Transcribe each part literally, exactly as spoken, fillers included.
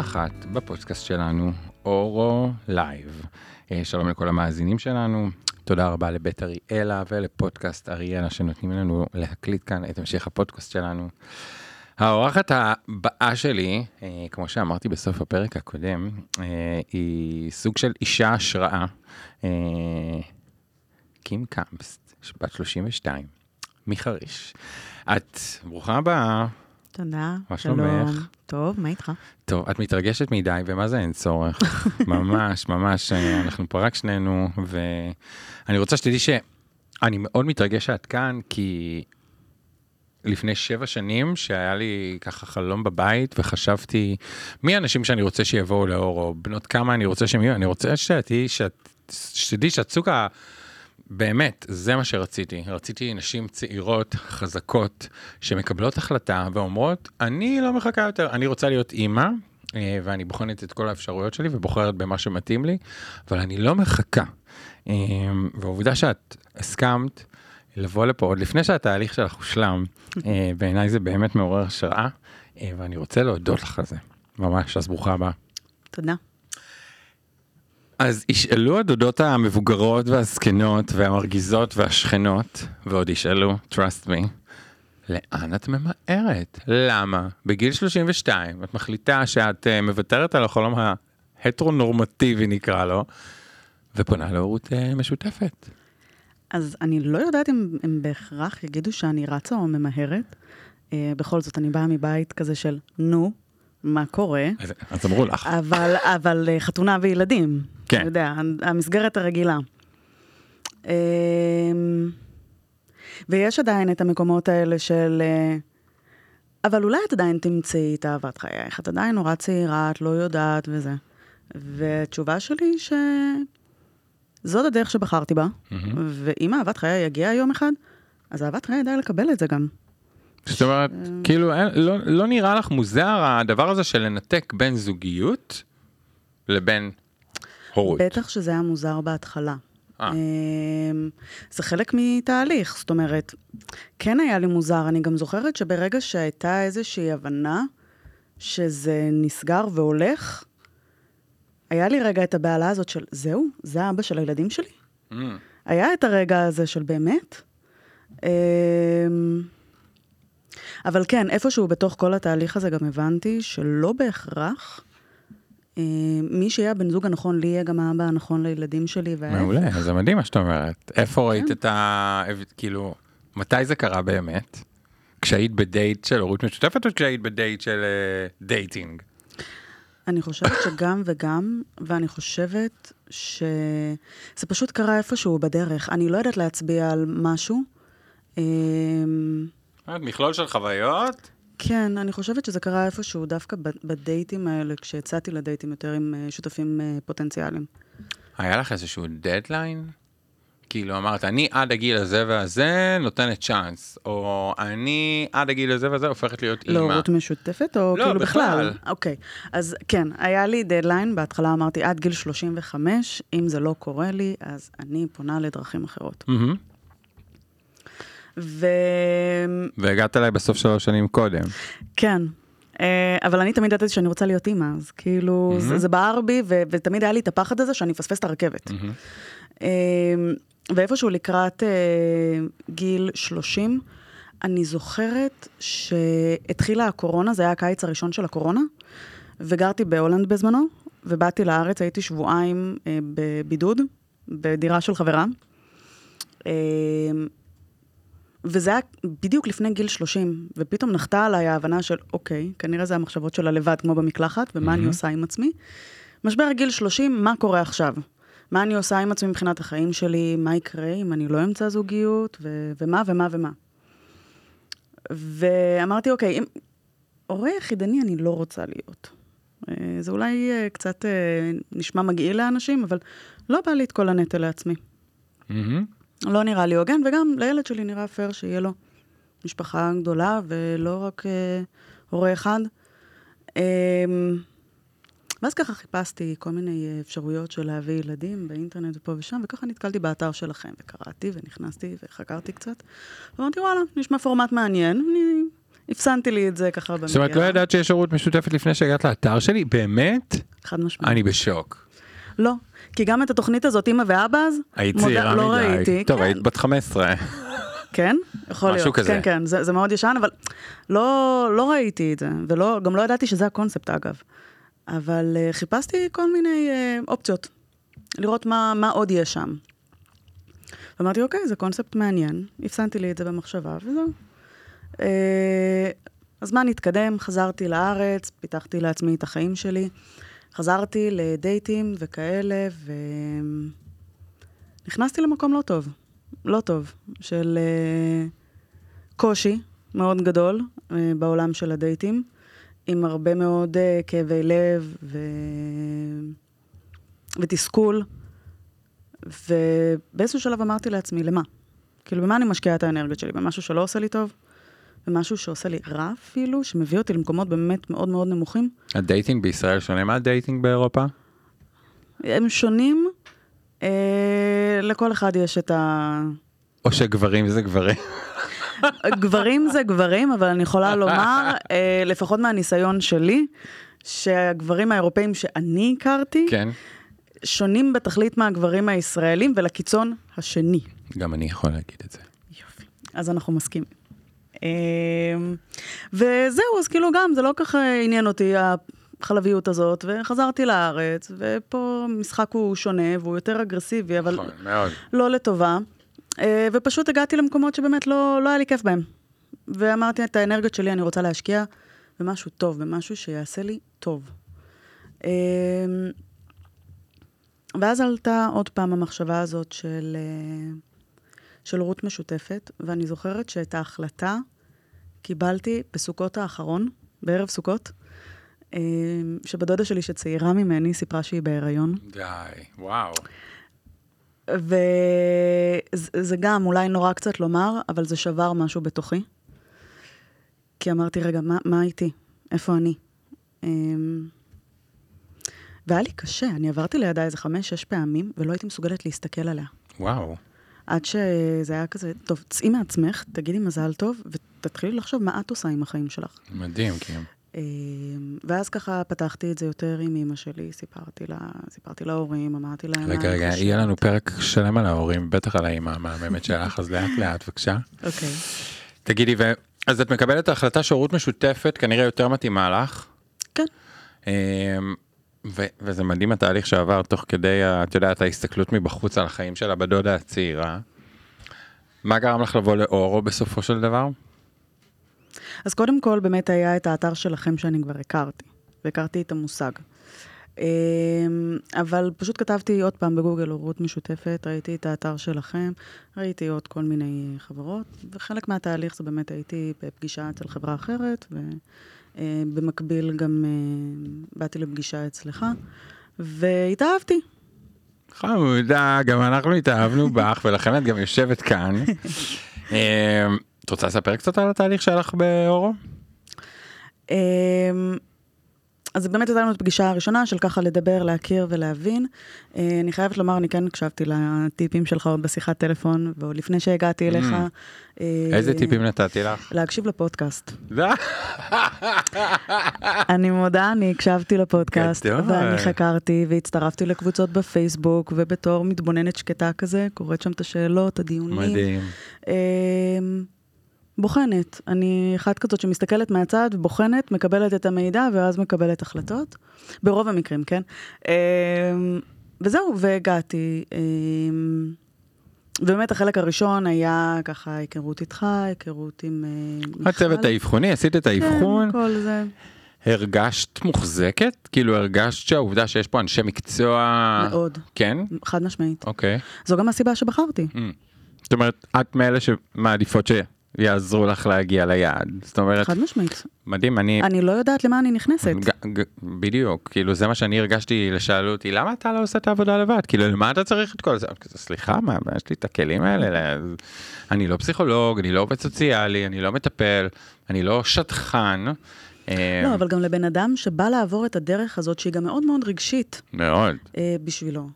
מארחת בפודקאסט שלנו, אורו לייב. שלום לכל המאזינים שלנו, תודה רבה לבית אריאלה ולפודקאסט אריאלה שנותנים לנו להקליט כאן את המשך הפודקאסט שלנו. האורחת הבאה שלי, כמו שאמרתי בסוף הפרק הקודם, היא סוג של אישה השראה, קים קמפסט, בת שלושים ושתיים, מחריש. את ברוכה הבאה. תודה, מה שלום. שלומך? טוב, מה איתך? טוב, את מתרגשת מדי, ומה זה אין צורך? ממש, ממש, אנחנו פה רק שנינו, ואני רוצה שתדעי שאני מאוד מתרגש שאת כאן, כי לפני שבע שנים שהיה לי ככה חלום בבית, וחשבתי מי האנשים שאני רוצה שיבואו לאור, או בנות כמה אני רוצה שהם יהיו, אני רוצה שתדעי, שתדעי שאת סוגה, באמת, זה מה שרציתי. רציתי נשים צעירות, חזקות, שמקבלות החלטה ואומרות, אני לא מחכה יותר, אני רוצה להיות אימא, ואני בוחנת את כל האפשרויות שלי, ובוחרת במה שמתאים לי, אבל אני לא מחכה. והעובדה שאת הסכמת לבוא לפה, עוד לפני שהתהליך שלך הושלם, בעיניי זה באמת מעורר השראה, ואני רוצה להודות לך על זה. ממש, אז ברוכה הבאה. תודה. אז ישאלו הדודות המבוגרות והזקנות והמרגיזות והשכנות, ועוד ישאלו, trust me, לאן את ממהרת? למה? בגיל שלושים ושתיים, את מחליטה שאת uh, מוותרת על החלום ההטרונורמטיבי נקרא לו, ופונה להורות uh, משותפת. אז אני לא יודעת אם, אם בהכרח יגידו שאני רצה או ממהרת. Uh, בכל זאת, אני באה מבית כזה של נו, מה קורה? אז, אז אמרו לך. אבל, אבל חתונה וילדים. כן. אתה יודע, המסגרת הרגילה. ויש עדיין את המקומות האלה של, אבל אולי את עדיין תמצאי את אהבת חייך, את עדיין נורא צעירה, את לא יודעת וזה. והתשובה שלי שזאת הדרך שבחרתי בה, ואם אהבת חיי יגיע יום אחד, אז אהבת חיי ידע לקבל את זה גם. זאת אומרת, כאילו, לא, לא נראה לך מוזר הדבר הזה של לנתק בין זוגיות לבין הורות. בטח שזה היה מוזר בהתחלה. זה חלק מתהליך, זאת אומרת, כן היה לי מוזר, אני גם זוכרת שברגע שהייתה איזושהי הבנה שזה נסגר והולך, היה לי רגע את הבעלה הזאת של, זהו, זה האבא של הילדים שלי? היה את הרגע הזה של באמת? אבל כן, איפשהו בתוך כל התהליך הזה גם הבנתי שלא בהכרח מי שיהיה בן זוג הנכון לי יהיה גם האבא הנכון לילדים שלי. מעולה, זה מדהים מה שאת אומרת. איפה ראית את ה... כאילו, מתי זה קרה באמת? כשהיית בדייט של הורות משותפת או כשהיית בדייט של דייטינג? אני חושבת שגם וגם, ואני חושבת שזה פשוט קרה איפשהו בדרך. אני לא יודעת להצביע על משהו. מכלול של חוויות? כן, אני חושבת שזה קרה איפשהו דווקא בדייטים האלה, כשהצעתי לדייטים יותר עם שותפים פוטנציאליים. היה לך איזשהו דדליין? כאילו אמרת, אני עד הגיל הזה והזה נותנת צ'אנס, או אני עד הגיל הזה והזה הופכת להיות אימא. לא, רות משותפת או לא, כאילו בכלל? בכלל? אוקיי, אז כן, היה לי דדליין, בהתחלה אמרתי עד גיל שלושים וחמש, אם זה לא קורה לי, אז אני פונה לדרכים אחרות. אהה. ו... והגעת אליי בסוף שלוש שנים קודם. כן, אבל אני תמיד ידעתי שאני רוצה להיות אימא, אז כאילו, mm-hmm. זה, זה בער בי, ו- ותמיד היה לי את הפחד הזה שאני אפספס את הרכבת. Mm-hmm. ואיפשהו לקראת גיל שלושים, אני זוכרת שהתחילה הקורונה, זה היה הקיץ הראשון של הקורונה, וגרתי בהולנד בזמנו, ובאתי לארץ, הייתי שבועיים בבידוד, בדירה של חברה, וזה היה בדיוק לפני גיל שלושים, ופתאום נחתה עליי ההבנה של, אוקיי, כנראה זה המחשבות שלה לבד, כמו במקלחת, ומה אני עושה עם עצמי. משבר גיל שלושים, מה קורה עכשיו? מה אני עושה עם עצמי מבחינת החיים שלי? מה יקרה אם אני לא אמצא זוגיות? ו- ומה ומה ומה? ואמרתי, אוקיי, אם... הורה יחידני אני לא רוצה להיות. זה אולי קצת נשמע מגעיל לאנשים, אבל לא בא לי את כל הנטל לעצמי. לא נראה לי הוגן, וגם לילד שלי נראה פייר שיהיה לו משפחה גדולה, ולא רק אה, הורה אחד. אה, ואז ככה חיפשתי כל מיני אפשרויות של להביא ילדים באינטרנט ופה ושם, וככה נתקלתי באתר שלכם, וקראתי ונכנסתי וחקרתי קצת. ואמרתי, וואלה, נשמע פורמט מעניין, אני הפסנתי לי את זה ככה במגיעה. זאת אומרת, לא ידעת שיש הורות משותפת לפני שהגעת לאתר שלי? באמת? חד משמעית. אני בשוק. לא, כי גם את התוכנית הזאת, אמא ואבא אז, היית צעירה מדי. לא ראיתי. טוב, כן. היית בת חמש עשרה. כן? יכול להיות. משהו כזה. כן, כן, זה, זה מאוד ישן, אבל לא, לא ראיתי את זה, וגם לא ידעתי שזה הקונספט, אגב. אבל uh, חיפשתי כל מיני uh, אופציות, לראות מה, מה עוד יש שם. ואמרתי, אוקיי, זה קונספט מעניין, הפסנתי לי את זה במחשבה, וזהו. Uh, אז מה נתקדם? חזרתי לארץ, פיתחתי לעצמי את החיים שלי, חזרתי לדייטים וכאלה, ונכנסתי למקום לא טוב. לא טוב, של uh, קושי מאוד גדול uh, בעולם של הדייטים, עם הרבה מאוד uh, כאבי לב ו... ותסכול, ובאיזשהו שלב אמרתי לעצמי, למה? כאילו, במה אני משקיעה את האנרגיות שלי? במשהו שלא עושה לי טוב? במשהו שעושה לי רע אפילו, שמביא אותי למקומות באמת מאוד מאוד נמוכים? הדייטינג בישראל שונה מהדייטינג באירופה? הם שונים, אה, לכל אחד יש את ה... או שגברים זה גברים. גברים זה גברים, אבל אני יכולה לומר, אה, לפחות מהניסיון שלי, שהגברים האירופאים שאני הכרתי, כן. שונים בתכלית מהגברים הישראלים, ולקיצון השני. גם אני יכול להגיד את זה. יופי. אז אנחנו מסכימים. וזהו, אז כאילו גם, זה לא ככה עניין אותי, החלביות הזאת, וחזרתי לארץ, ופה משחק הוא שונה, והוא יותר אגרסיבי, אבל נכון, מאוד. לא לטובה. ופשוט הגעתי למקומות שבאמת לא, לא היה לי כיף בהם. ואמרתי, את האנרגיות שלי אני רוצה להשקיע במשהו טוב, במשהו שיעשה לי טוב. ואז עלתה עוד פעם המחשבה הזאת של, של רות משותפת, ואני זוכרת שאת ההחלטה קיבלתי בסוכות האחרון, בערב סוכות, שבדודה שלי שצעירה ממני סיפרה שהיא בהיריון. די, וואו. וזה גם אולי נורא קצת לומר, אבל זה שבר משהו בתוכי. כי אמרתי, רגע, מה, מה איתי? איפה אני? והיה לי קשה, אני עברתי לידה איזה חמש, שש פעמים, ולא הייתי מסוגלת להסתכל עליה. וואו. עד שזה היה כזה, טוב, צאי מעצמך, תגידי מזל טוב, ותתחילי לחשוב מה את עושה עם החיים שלך. מדהים, כן. ואז ככה פתחתי את זה יותר עם אמא שלי, סיפרתי לה, סיפרתי להורים, אמרתי להם... רגע, רגע, יהיה לנו פרק שלם על ההורים, בטח על האמא המאממת שלך, אז לאט לאט, בבקשה. אוקיי. תגידי, אז את מקבלת ההחלטה שהורות משותפת, כנראה יותר מתאימה לך. כן. וזה מדהים התהליך שעבר תוך כדי, את יודעת, ההסתכלות מבחוץ על החיים שלה בדודה הצעירה. מה גרם לך לבוא לאורו בסופו של דבר? אז קודם כל באמת היה את האתר שלכם שאני כבר הכרתי, והכרתי את המושג. אבל פשוט כתבתי עוד פעם בגוגל הורות משותפת, ראיתי את האתר שלכם, ראיתי עוד כל מיני חברות, וחלק מהתהליך זה באמת הייתי בפגישה אצל חברה אחרת, ובמקביל גם באתי לפגישה אצלך, והתאהבתי. חמודה, גם אנחנו התאהבנו בך, ולכן את גם יושבת כאן. את רוצה לספר קצת על התהליך שלך באורו? אז באמת הייתה לנו את הפגישה הראשונה של ככה לדבר, להכיר ולהבין. אני חייבת לומר, אני כן הקשבתי לטיפים שלך עוד בשיחת טלפון, ועוד לפני שהגעתי אליך. איזה טיפים נתתי לך? להקשיב לפודקאסט. אני מודה, אני הקשבתי לפודקאסט, ואני חקרתי והצטרפתי לקבוצות בפייסבוק, ובתור מתבוננת שקטה כזה, קוראת שם את השאלות, הדיונים. מדהים. בוחנת. אני אחת כזאת שמסתכלת מהצד, בוחנת, מקבלת את המידע, ואז מקבלת החלטות. ברוב המקרים, כן? וזהו, והגעתי. ובאמת החלק הראשון היה ככה היכרות איתך, היכרות עם מיכל. הצוות האבחוני, עשית את האבחון. כן, כל זה. הרגשת מוחזקת? כאילו הרגשת שהעובדה שיש פה אנשי מקצוע... מאוד. כן? חד משמעית. אוקיי. זו גם הסיבה שבחרתי. זאת אומרת, את מאלה שמעדיפות ש... יעזרו לך להגיע ליעד. זאת אומרת... חד משמעית. מדהים, אני... אני לא יודעת למה אני נכנסת. בדיוק, כאילו זה מה שאני הרגשתי, לשאלו אותי, למה אתה לא עושה את העבודה לבד? כאילו, למה אתה צריך את כל זה? סליחה, מה, יש לי את הכלים האלה? אני לא פסיכולוג, אני לא עובד סוציאלי, אני לא מטפל, אני לא שטחן. לא, אבל גם לבן אדם שבא לעבור את הדרך הזאת, שהיא גם מאוד מאוד רגשית. מאוד. בשבילו.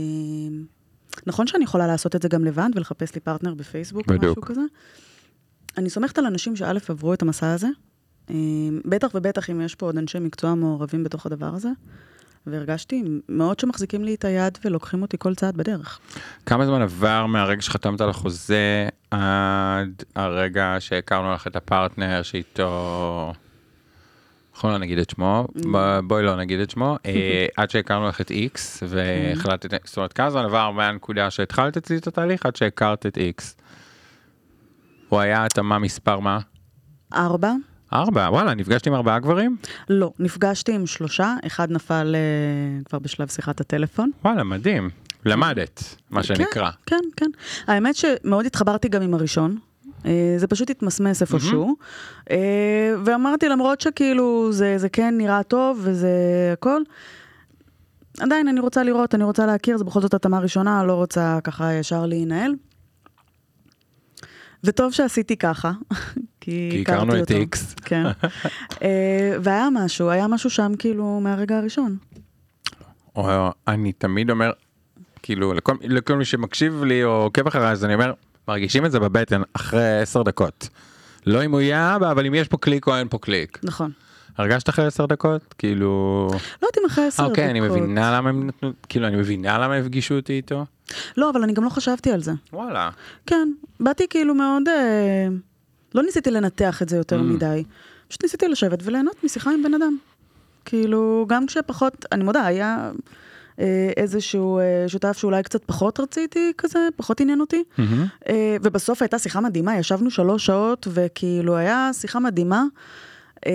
נכון שאני יכולה לעשות את זה גם לבד, ולחפש לי פרטנר בפייסבוק או משהו כזה? אני סומכת על אנשים שא' עברו את המסע הזה, בטח ובטח אם יש פה עוד אנשי מקצוע מעורבים בתוך הדבר הזה, והרגשתי מאוד שמחזיקים לי את היד ולוקחים אותי כל צעד בדרך. כמה זמן עבר מהרגע שחתמת על החוזה עד הרגע שהכרנו לך את הפרטנר שאיתו, אנחנו לא נגיד את שמו, בואי לא נגיד את שמו, עד שהכרנו לך את X והחלטת, זאת אומרת, כמה זמן עבר מהנקודה שהתחלת אצלי את התהליך עד שהכרת את X? הוא היה התאמה מספר מה? ארבע. ארבע, וואלה, נפגשתי עם ארבעה גברים? לא, נפגשתי עם שלושה, אחד נפל uh, כבר בשלב שיחת הטלפון. וואלה, מדהים. למדת, מה שנקרא. כן, כן, כן. האמת שמאוד התחברתי גם עם הראשון, uh, זה פשוט התמסמס איפשהו, mm-hmm. uh, ואמרתי למרות שכאילו זה, זה כן נראה טוב וזה הכל, עדיין אני רוצה לראות, אני רוצה להכיר, זה בכל זאת התאמה ראשונה, לא רוצה ככה ישר להינהל. וטוב שעשיתי ככה, כי הכרנו את X. כן. והיה משהו, היה משהו שם כאילו מהרגע הראשון. אני תמיד אומר, כאילו, לכל מי שמקשיב לי או עוקב אחריי, אז אני אומר, מרגישים את זה בבטן אחרי עשר דקות. לא אם הוא יהיה אבא, אבל אם יש פה קליק או אין פה קליק. נכון. הרגשת אחרי עשר דקות? כאילו... לא יודעים אחרי עשר דקות. אוקיי, אני מבינה למה הם נתנו, כאילו, אני מבינה למה הפגישו אותי איתו. לא, אבל אני גם לא חשבתי על זה. וואלה. כן, באתי כאילו מאוד, אה, לא ניסיתי לנתח את זה יותר mm. מדי, פשוט ניסיתי לשבת וליהנות משיחה עם בן אדם. כאילו, גם כשפחות, אני מודה, היה אה, איזשהו אה, שותף שאולי קצת פחות רציתי כזה, פחות עניין אותי, mm-hmm. אה, ובסוף הייתה שיחה מדהימה, ישבנו שלוש שעות, וכאילו היה שיחה מדהימה, אה,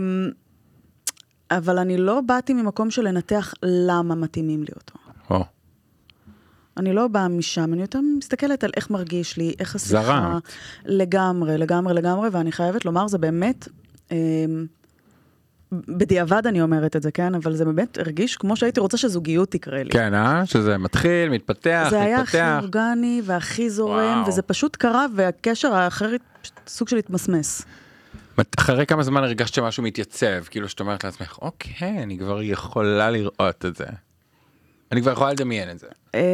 אבל אני לא באתי ממקום של לנתח למה מתאימים לי אותו. או. Oh. אני לא באה משם, אני יותר מסתכלת על איך מרגיש לי, איך השיחה. זרה. לגמרי, לגמרי, לגמרי, ואני חייבת לומר, זה באמת, אה, בדיעבד אני אומרת את זה, כן? אבל זה באמת הרגיש כמו שהייתי רוצה שזוגיות תקרה לי. כן, אה? שזה מתחיל, מתפתח, זה מתפתח. היה הכי אורגני והכי זורם, וואו. וזה פשוט קרה, והקשר האחר סוג של התמסמס. אחרי כמה זמן הרגשת שמשהו מתייצב, כאילו שאת אומרת לעצמך, אוקיי, אני כבר יכולה לראות את זה. אני כבר יכולה לדמיין את זה.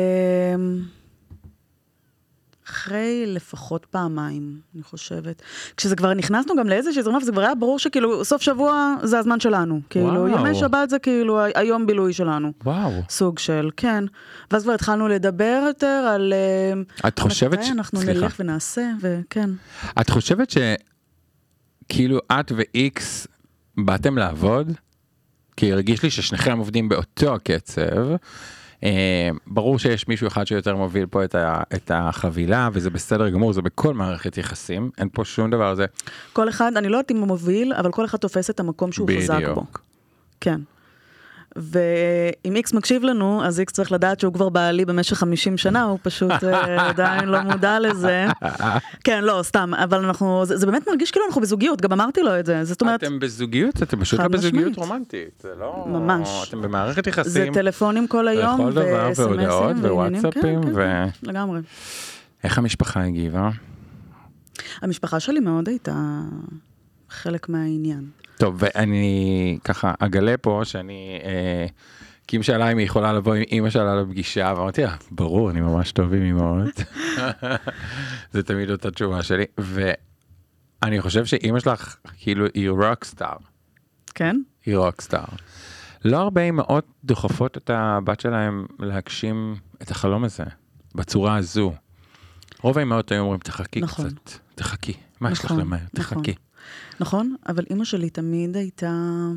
אחרי לפחות פעמיים, אני חושבת. כשזה כבר נכנסנו גם לאיזושהי זרמה, זה כבר היה ברור שכאילו סוף שבוע זה הזמן שלנו. כאילו, ימי שבת זה כאילו היום בילוי שלנו. וואו. סוג של, כן. ואז כבר התחלנו לדבר יותר על... את חושבת ש... אנחנו נלך ונעשה, וכן. את חושבת שכאילו את ו-X באתם לעבוד? כי הרגיש לי ששניכם עובדים באותו הקצב, ברור שיש מישהו אחד שיותר מוביל פה את החבילה, וזה בסדר גמור, זה בכל מערכת יחסים, אין פה שום דבר הזה. כל אחד, אני לא יודעת אם הוא מוביל, אבל כל אחד תופס את המקום שהוא חזק בו. כן. ואם X מקשיב לנו, אז X צריך לדעת שהוא כבר בעלי במשך חמישים שנה, הוא פשוט עדיין לא מודע לזה. כן, לא, סתם, אבל אנחנו, זה, זה באמת מרגיש כאילו אנחנו בזוגיות, גם אמרתי לו את זה. זאת אומרת... אתם בזוגיות? אתם פשוט לא בזוגיות רומנטית. זה לא... ממש. אתם במערכת יחסים. זה טלפונים כל היום, וכל דבר, והודעות, ווואטסאפים, כן, ו... כן, לגמרי. איך המשפחה הגיבה? המשפחה שלי מאוד הייתה חלק מהעניין. טוב, ואני ככה אגלה פה שאני, אה, כי אם שאלה אם היא יכולה לבוא עם אמא שלה לפגישה, ואמרתי לה, ברור, אני ממש טוב עם אמאות. זה תמיד אותה תשובה שלי, ואני חושב שאמא שלך, כאילו, היא רוקסטאר. כן? היא רוקסטאר. לא הרבה אמאות דוחפות את הבת שלהם להגשים את החלום הזה, בצורה הזו. רוב האמאות היו אומרים, תחכי נכון. קצת, תחכי. מה יש לך למהר? תחכי. נכון, אבל אמא שלי תמיד הייתה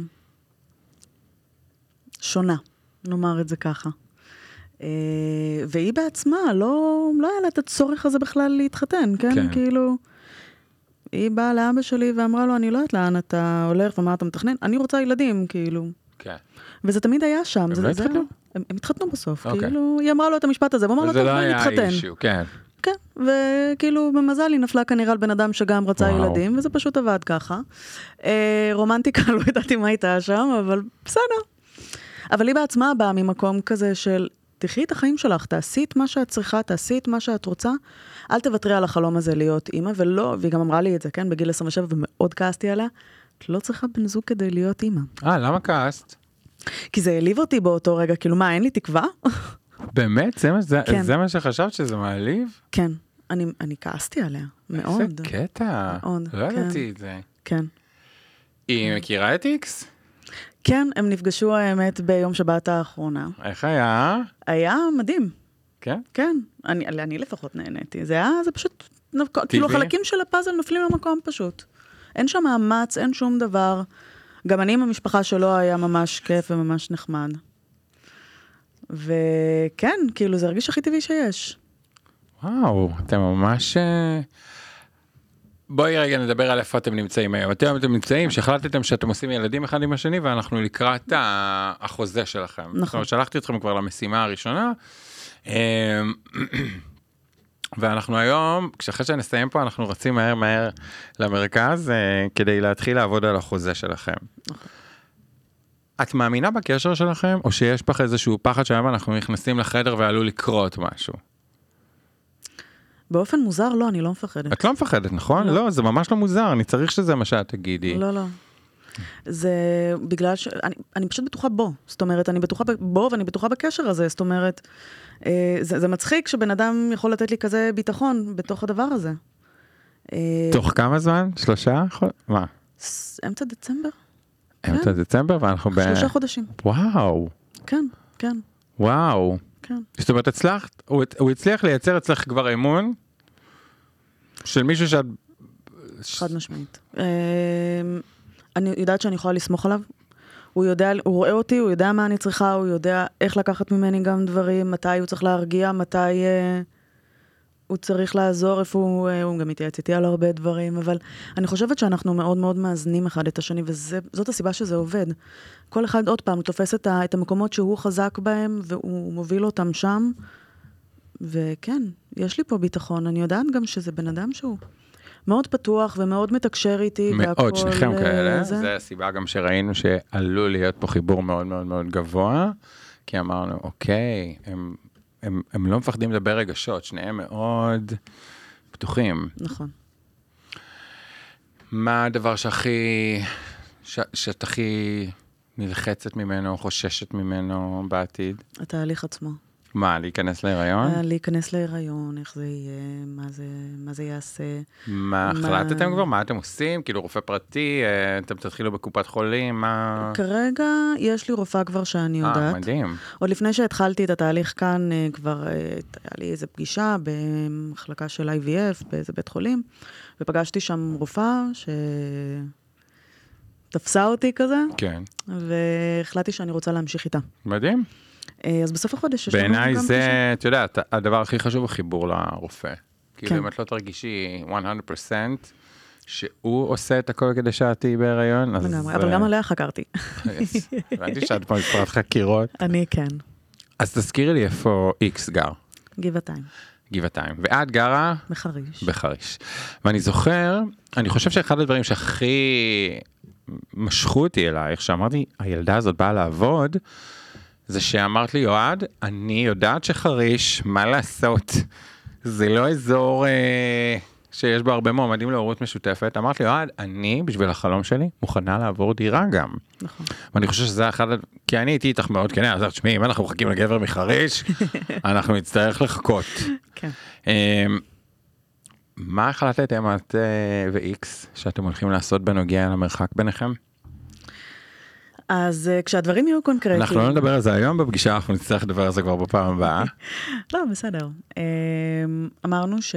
שונה, נאמר את זה ככה. והיא בעצמה, לא, לא היה לה את הצורך הזה בכלל להתחתן, כן? כן. כאילו, היא באה לאבא שלי ואמרה לו, אני לא יודעת לאן אתה הולך ומה אתה מתכנן, אני רוצה ילדים, כאילו. כן. וזה תמיד היה שם. הם לא התחתנו? הם התחתנו בסוף, כאילו, היא אמרה לו את המשפט הזה, והוא אמר לו, זה לא היה אישיו, כן. כן, וכאילו במזל היא נפלה כנראה על בן אדם שגם רצה וואו. ילדים, וזה פשוט עבד ככה. אה, רומנטיקה, לא ידעתי מה הייתה שם, אבל בסדר. אבל היא בעצמה באה ממקום כזה של, תחי את החיים שלך, תעשי את מה שאת צריכה, תעשי את מה שאת רוצה, אל תוותרי על החלום הזה להיות אימא, ולא, והיא גם אמרה לי את זה, כן, בגיל עשרים ושבע, ומאוד כעסתי עליה, את לא צריכה בן זוג כדי להיות אימא. אה, למה כעסת? כי זה העליב אותי באותו רגע, כאילו מה, אין לי תקווה? באמת? זה מה, זה, כן. זה מה שחשבת שזה מעליב? כן. אני, אני כעסתי עליה, מאוד. איזה קטע. מאוד, לא כן. ידעתי את זה. כן. היא מכירה את איקס? כן, הם נפגשו האמת ביום שבת האחרונה. איך היה? היה מדהים. כן? כן, אני, אני לפחות נהניתי. זה היה, זה פשוט, כאילו החלקים של הפאזל נופלים למקום פשוט. אין שם מאמץ, אין שום דבר. גם אני עם המשפחה שלו היה ממש כיף וממש נחמד. וכן, כאילו זה הרגיש הכי טבעי שיש. וואו, אתם ממש... בואי רגע נדבר על איפה אתם נמצאים היום. אתם, אתם נמצאים שהחלטתם שאתם עושים ילדים אחד עם השני, ואנחנו לקראת החוזה שלכם. נכון. זאת אומרת, שלחתי אתכם כבר למשימה הראשונה, ואנחנו היום, כשאחרי שנסיים פה, אנחנו רצים מהר מהר למרכז, כדי להתחיל לעבוד על החוזה שלכם. נכון. את מאמינה בקשר שלכם, או שיש פח איזשהו פחד שהיום אנחנו נכנסים לחדר ועלול לקרות משהו? באופן מוזר, לא, אני לא מפחדת. את לא מפחדת, נכון? לא, זה ממש לא מוזר, אני צריך שזה מה שאת תגידי. לא, לא. זה בגלל ש... אני, אני פשוט בטוחה בו. זאת אומרת, אני בטוחה בו ואני בטוחה בקשר הזה. זאת אומרת, אה, זה, זה מצחיק שבן אדם יכול לתת לי כזה ביטחון בתוך הדבר הזה. אה, תוך כמה זמן? שלושה? מה? ס- אמצע דצמבר? אמצע דצמבר ואנחנו ב... שלושה חודשים. וואו, כן, כן, וואו. כן. זאת אומרת, הצלחת, הוא, הוא הצליח לייצר אצלך כבר אמון של מישהו שאת... חד משמעית. אה, אני יודעת שאני יכולה לסמוך עליו. הוא יודע, הוא רואה אותי, הוא יודע מה אני צריכה, הוא יודע איך לקחת ממני גם דברים, מתי הוא צריך להרגיע, מתי אה, הוא צריך לעזור, איפה הוא, אה, הוא גם מתייעץ איתי על הרבה דברים, אבל אני חושבת שאנחנו מאוד מאוד מאזנים אחד את השני, וזאת הסיבה שזה עובד. כל אחד עוד פעם תופס את, ה, את המקומות שהוא חזק בהם, והוא מוביל אותם שם, וכן, יש לי פה ביטחון, אני יודעת גם שזה בן אדם שהוא מאוד פתוח ומאוד מתקשר איתי. מאוד, שניכם כאלה. זה... זה הסיבה גם שראינו שעלול להיות פה חיבור מאוד מאוד מאוד גבוה, כי אמרנו, אוקיי, הם, הם, הם לא מפחדים לדבר רגשות, שניהם מאוד פתוחים. נכון. מה הדבר שהכי, ש, שאת הכי נלחצת ממנו, חוששת ממנו בעתיד? התהליך עצמו. מה, להיכנס להיריון? להיכנס להיריון, איך זה יהיה, מה זה, מה זה יעשה. מה, החלטתם כבר? מה אתם עושים? כאילו רופא פרטי, אתם תתחילו בקופת חולים, מה... כרגע יש לי רופאה כבר שאני יודעת. אה, מדהים. עוד לפני שהתחלתי את התהליך כאן, כבר היה לי איזו פגישה במחלקה של איי וי אף, באיזה בית חולים, ופגשתי שם רופאה שתפסה אותי כזה. כן. והחלטתי שאני רוצה להמשיך איתה. מדהים. אז בסוף החודש יש לנו גם... בעיניי זה, את יודעת, הדבר הכי חשוב הוא חיבור לרופא. כאילו אם את לא תרגישי מאה אחוז שהוא עושה את הכל כדי שאת תהיי בהיריון, אז... לגמרי, אבל גם עליה חקרתי. הבנתי שאת פה מספרת חקירות. אני כן. אז תזכירי לי איפה איקס גר. גבעתיים. גבעתיים. ואת גרה? בחריש. בחריש. ואני זוכר, אני חושב שאחד הדברים שהכי משכו אותי אלייך, שאמרתי, הילדה הזאת באה לעבוד, זה שאמרת לי, יועד, אני יודעת שחריש, מה לעשות? זה לא אזור אה, שיש בו הרבה מועמדים להורות משותפת. אמרת לי, יועד, אני, בשביל החלום שלי, מוכנה לעבור דירה גם. נכון. ואני חושב שזה אחד, כי אני הייתי איתך מאוד, כן, אז תשמעי, אם אנחנו מחכים לגבר מחריש, אנחנו נצטרך לחכות. כן. אה, מה החלטתם את אה, ו-X שאתם הולכים לעשות בנוגע למרחק ביניכם? אז uh, כשהדברים יהיו קונקרטיים... אנחנו לא נדבר על זה היום בפגישה, אנחנו נצטרך לדבר על זה כבר בפעם הבאה. לא, בסדר. אמרנו ש...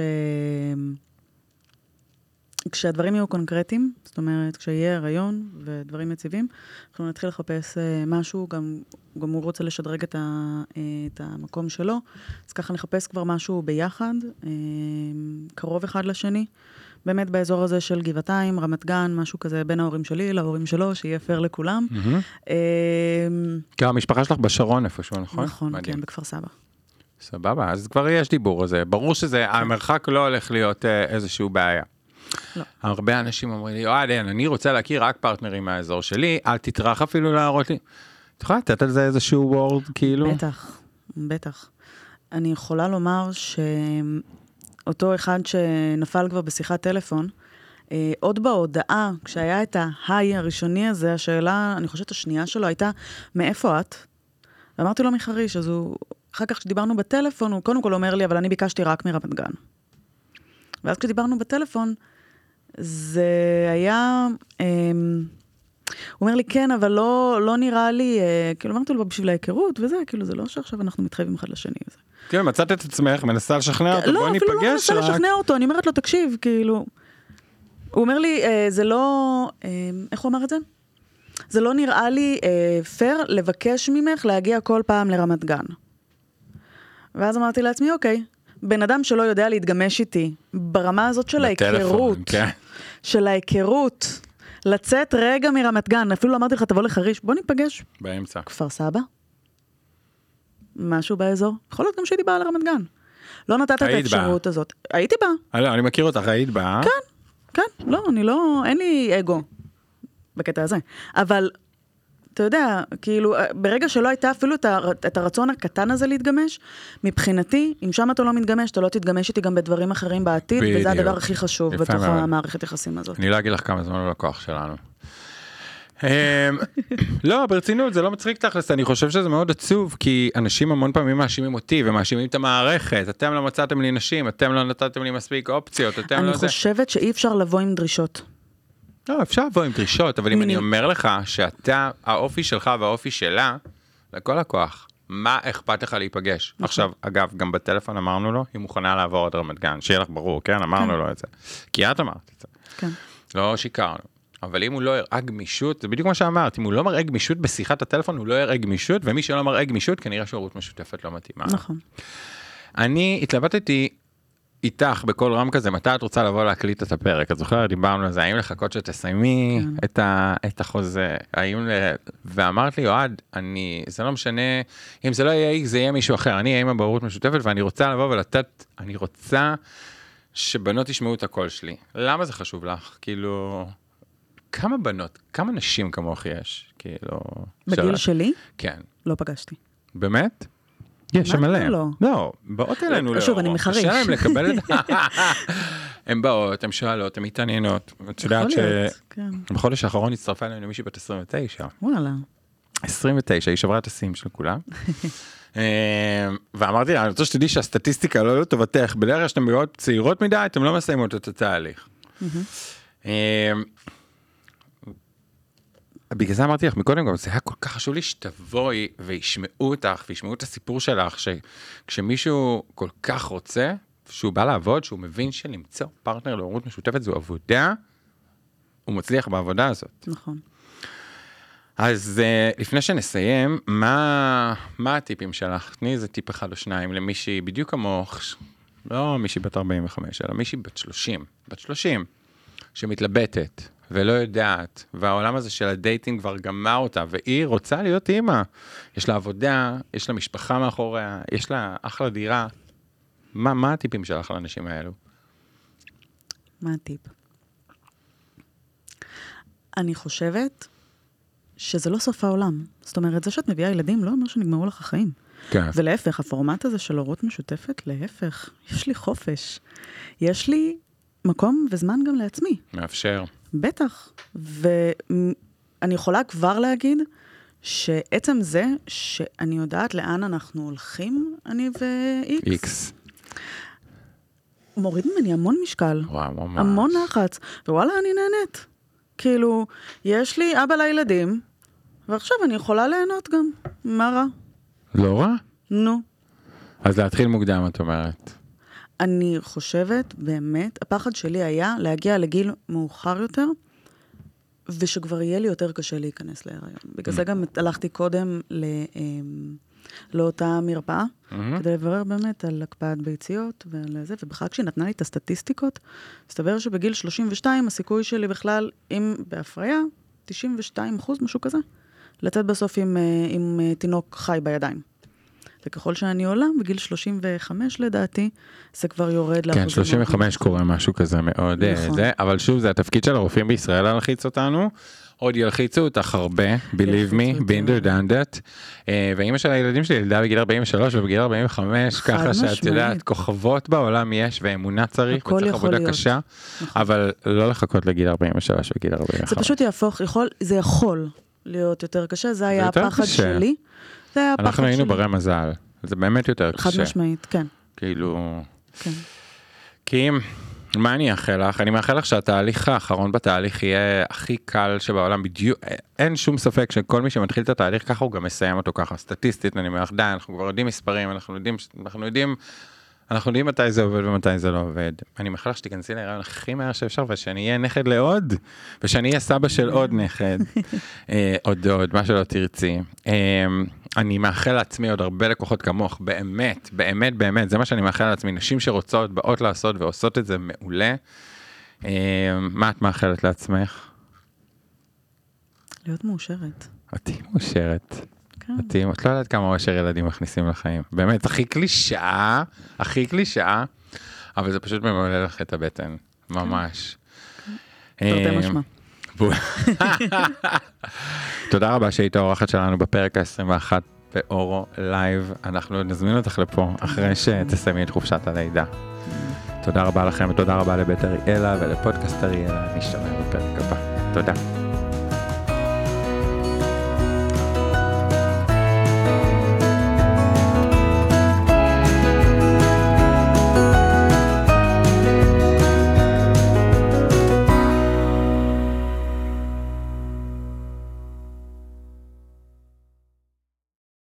כשהדברים יהיו קונקרטיים, זאת אומרת, כשיהיה הריון ודברים יציבים, אנחנו נתחיל לחפש משהו, גם, גם הוא רוצה לשדרג את, ה, את המקום שלו, אז ככה נחפש כבר משהו ביחד, קרוב אחד לשני, באמת באזור הזה של גבעתיים, רמת גן, משהו כזה בין ההורים שלי להורים שלו, שיהיה פייר לכולם. כי המשפחה שלך בשרון איפשהו, נכון? נכון, כן, בכפר סבא. סבבה, אז כבר יש דיבור הזה. ברור שזה, המרחק לא הולך להיות איזשהו בעיה. לא. הרבה אנשים אומרים לי, יועד, אני רוצה להכיר רק פרטנרים מהאזור שלי, אל תטרח אפילו להראות לי. את יכולה לתת על זה איזשהו וורד, כאילו? בטח, בטח. אני יכולה לומר שאותו אחד שנפל כבר בשיחת טלפון, עוד בהודעה, כשהיה את ההיי הראשוני הזה, השאלה, אני חושבת השנייה שלו הייתה, מאיפה את? ואמרתי לו מחריש, אז הוא, אחר כך כשדיברנו בטלפון, הוא קודם כל אומר לי, אבל אני ביקשתי רק מרמת גן. ואז כשדיברנו בטלפון, זה היה, הוא אומר לי, כן, אבל לא, לא נראה לי, כאילו אמרתי לו בשביל ההיכרות, וזה, כאילו זה לא שעכשיו אנחנו מתחייבים אחד לשני. וזה. כן, מצאת את עצמך, מנסה לשכנע אותו, לא, בוא ניפגש רק. לא, אפילו לא מנסה לשכנע אותו, אני אומרת לו, תקשיב, כאילו, הוא אומר לי, זה לא, איך הוא אמר את זה? זה לא נראה לי פייר לבקש ממך להגיע כל פעם לרמת גן. ואז אמרתי לעצמי, אוקיי, בן אדם שלא יודע להתגמש איתי, ברמה הזאת של ההיכרות, כן. של ההיכרות, לצאת רגע מרמת גן, אפילו אמרתי לך, תבוא לחריש, בוא ניפגש. באמצע. כפר סבא? משהו באזור? יכול להיות גם שהייתי באה לרמת גן. לא נתת את האפשרות הזאת. הייתי באה. לא, אני מכיר אותך, היית באה. כן, כן, לא, אני לא, אין לי אגו בקטע הזה. אבל, אתה יודע, כאילו, ברגע שלא הייתה אפילו את הרצון הקטן הזה להתגמש, מבחינתי, אם שם אתה לא מתגמש, אתה לא תתגמש איתי גם בדברים אחרים בעתיד, וזה הדבר הכי חשוב בתוך המערכת יחסים הזאת. אני לא אגיד לך כמה זמן הוא לקוח שלנו. לא, ברצינות, זה לא מצחיק תכלס, אני חושב שזה מאוד עצוב, כי אנשים המון פעמים מאשימים אותי, ומאשימים את המערכת, אתם לא מצאתם לי נשים, אתם לא נתתם לי מספיק אופציות, אתם לא זה. אני חושבת שאי אפשר לבוא עם דרישות. לא, אפשר לבוא עם דרישות, אבל אם אני אומר לך שאתה, האופי שלך והאופי שלה, לכל הכוח, מה אכפת לך להיפגש? עכשיו, אגב, גם בטלפון אמרנו לו, היא מוכנה לעבור עד רמת גן, שיהיה לך ברור, כן? אמרנו לו את זה. כי את אמרת את זה. כן. לא שיקרנו. אבל אם הוא לא הראה גמישות, זה בדיוק מה שאמרת, אם הוא לא מראה גמישות בשיחת הטלפון, הוא לא יראה גמישות, ומי שלא מראה גמישות, כנראה שהורות משותפת לא מתאימה. נכון. אני התלבטתי איתך בכל רם כזה, מתי את רוצה לבוא להקליט את הפרק? את זוכרת, דיברנו על זה, האם לחכות שתסיימי כן. את, ה, את החוזה, האם, ואמרת לי, אוהד, אני, זה לא משנה, אם זה לא יהיה, זה יהיה מישהו אחר, אני אהיה עם הבהורות משותפת, ואני רוצה לבוא ולתת, אני רוצה שבנות ישמעו את הקול שלי. למה זה חשוב לך? כאילו, כמה בנות, כמה נשים כמוך יש? כאילו... בגיל של... שלי? כן. לא פגשתי. באמת? יש שם מלא. לא. לא, באות אלינו לאור. שוב, אני מחריש. קשה להם לקבל את... הן באות, הן שואלות, הן מתעניינות. את יודעת שבחודש האחרון הצטרפה אלינו מישהי בת עשרים ותשע. וואלה. עשרים ותשע, היא שברה את השיאים של כולם. ואמרתי לה, אני רוצה שתדעי שהסטטיסטיקה לא לטובתך, בדרך כלל שאתם מאוד צעירות מדי, אתם לא מסיימות את התהליך. בגלל זה אמרתי לך מקודם גם, זה היה כל כך חשוב לי שתבואי וישמעו אותך, וישמעו את הסיפור שלך, שכשמישהו כל כך רוצה, שהוא בא לעבוד, שהוא מבין שלמצוא פרטנר להורות משותפת, זו עבודה, הוא מצליח בעבודה הזאת. נכון. אז לפני שנסיים, מה, מה הטיפים שלך? תני איזה טיפ אחד או שניים למישהי בדיוק כמוך, לא מישהי בת ארבעים וחמש, אלא מישהי בת שלושים, בת שלושים, שמתלבטת. ולא יודעת, והעולם הזה של הדייטינג כבר גמר אותה, והיא רוצה להיות אימא. יש לה עבודה, יש לה משפחה מאחוריה, יש לה אחלה דירה. מה, מה הטיפים שלך לאנשים האלו? מה הטיפ? אני חושבת שזה לא סוף העולם. זאת אומרת, זה שאת מביאה ילדים לא אומר שנגמרו לך החיים. כן. ולהפך, הפורמט הזה של הורות משותפת, להפך, יש לי חופש. יש לי מקום וזמן גם לעצמי. מאפשר. בטח, ואני יכולה כבר להגיד שעצם זה שאני יודעת לאן אנחנו הולכים, אני ו-X. X. מוריד ממני המון משקל. וואו, ממש. המון לחץ. ווואלה, אני נהנית. כאילו, יש לי אבא לילדים, ועכשיו אני יכולה ליהנות גם. מה רע? לא רע? נו. אז להתחיל מוקדם, את אומרת. אני חושבת, באמת, הפחד שלי היה להגיע לגיל מאוחר יותר, ושכבר יהיה לי יותר קשה להיכנס להיריון. בגלל זה גם הלכתי קודם לא, לאותה מרפאה, כדי לברר באמת על הקפאת ביציות ועל זה, ובכלל כשהיא נתנה לי את הסטטיסטיקות, הסתבר שבגיל שלושים ושתיים הסיכוי שלי בכלל, אם בהפריה, תשעים ושתיים אחוז, משהו כזה, לצאת בסוף עם, עם תינוק חי בידיים. וככל שאני עולה, בגיל שלושים וחמש לדעתי, זה כבר יורד לאחוזים. כן, שלושים וחמש קורה משהו כזה מאוד, נכון. זה, אבל שוב, זה התפקיד של הרופאים בישראל להלחיץ אותנו, עוד ילחיצו אותך הרבה, believe me, been there, done that, ואמא של הילדים שלי ילדה בגיל ארבעים ושלוש ובגיל ארבעים וחמש, ככה שאת יודעת, כוכבות בעולם יש, ואמונה צריך, וצריך עבודה קשה, אבל לא לחכות לגיל ארבעים ושלוש וגיל ארבעים וחמש. זה פשוט יהפוך, יכול, זה יכול להיות יותר קשה, זה היה הפחד שלי. אנחנו היינו ברי מזל, זה באמת יותר קשה. חד משמעית, כן. כאילו... כן. כי אם מה אני אאחל לך? אני מאחל לך שהתהליך האחרון בתהליך יהיה הכי קל שבעולם בדיוק, אין שום ספק שכל מי שמתחיל את התהליך ככה הוא גם מסיים אותו ככה, סטטיסטית, אני אומר, די, אנחנו כבר יודעים מספרים, אנחנו יודעים, אנחנו יודעים, אנחנו יודעים מתי זה עובד ומתי זה לא עובד. אני מאחל לך שתיכנסי להיריון הכי מהר שאפשר, ושאני אהיה נכד לעוד, ושאני אהיה סבא של עוד נכד, עוד עוד, מה שלא תרצי. אני מאחל לעצמי עוד הרבה לקוחות כמוך, באמת, באמת, באמת, זה מה שאני מאחל לעצמי, נשים שרוצות, באות לעשות ועושות את זה מעולה. מה את מאחלת לעצמך? להיות מאושרת. אותי מאושרת. כן. אותי, את לא יודעת כמה אושר ילדים מכניסים לחיים. באמת, הכי קלישאה, הכי קלישאה, אבל זה פשוט ממלא לך את הבטן, ממש. תרתי משמע. תודה רבה שהיית האורחת שלנו בפרק ה-עשרים ואחת באורו לייב. אנחנו נזמין אותך לפה אחרי שתסיימי את חופשת הלידה. תודה רבה לכם ותודה רבה לבית אריאלה ולפודקאסט אריאלה. נשתמע בפרק הבא. תודה.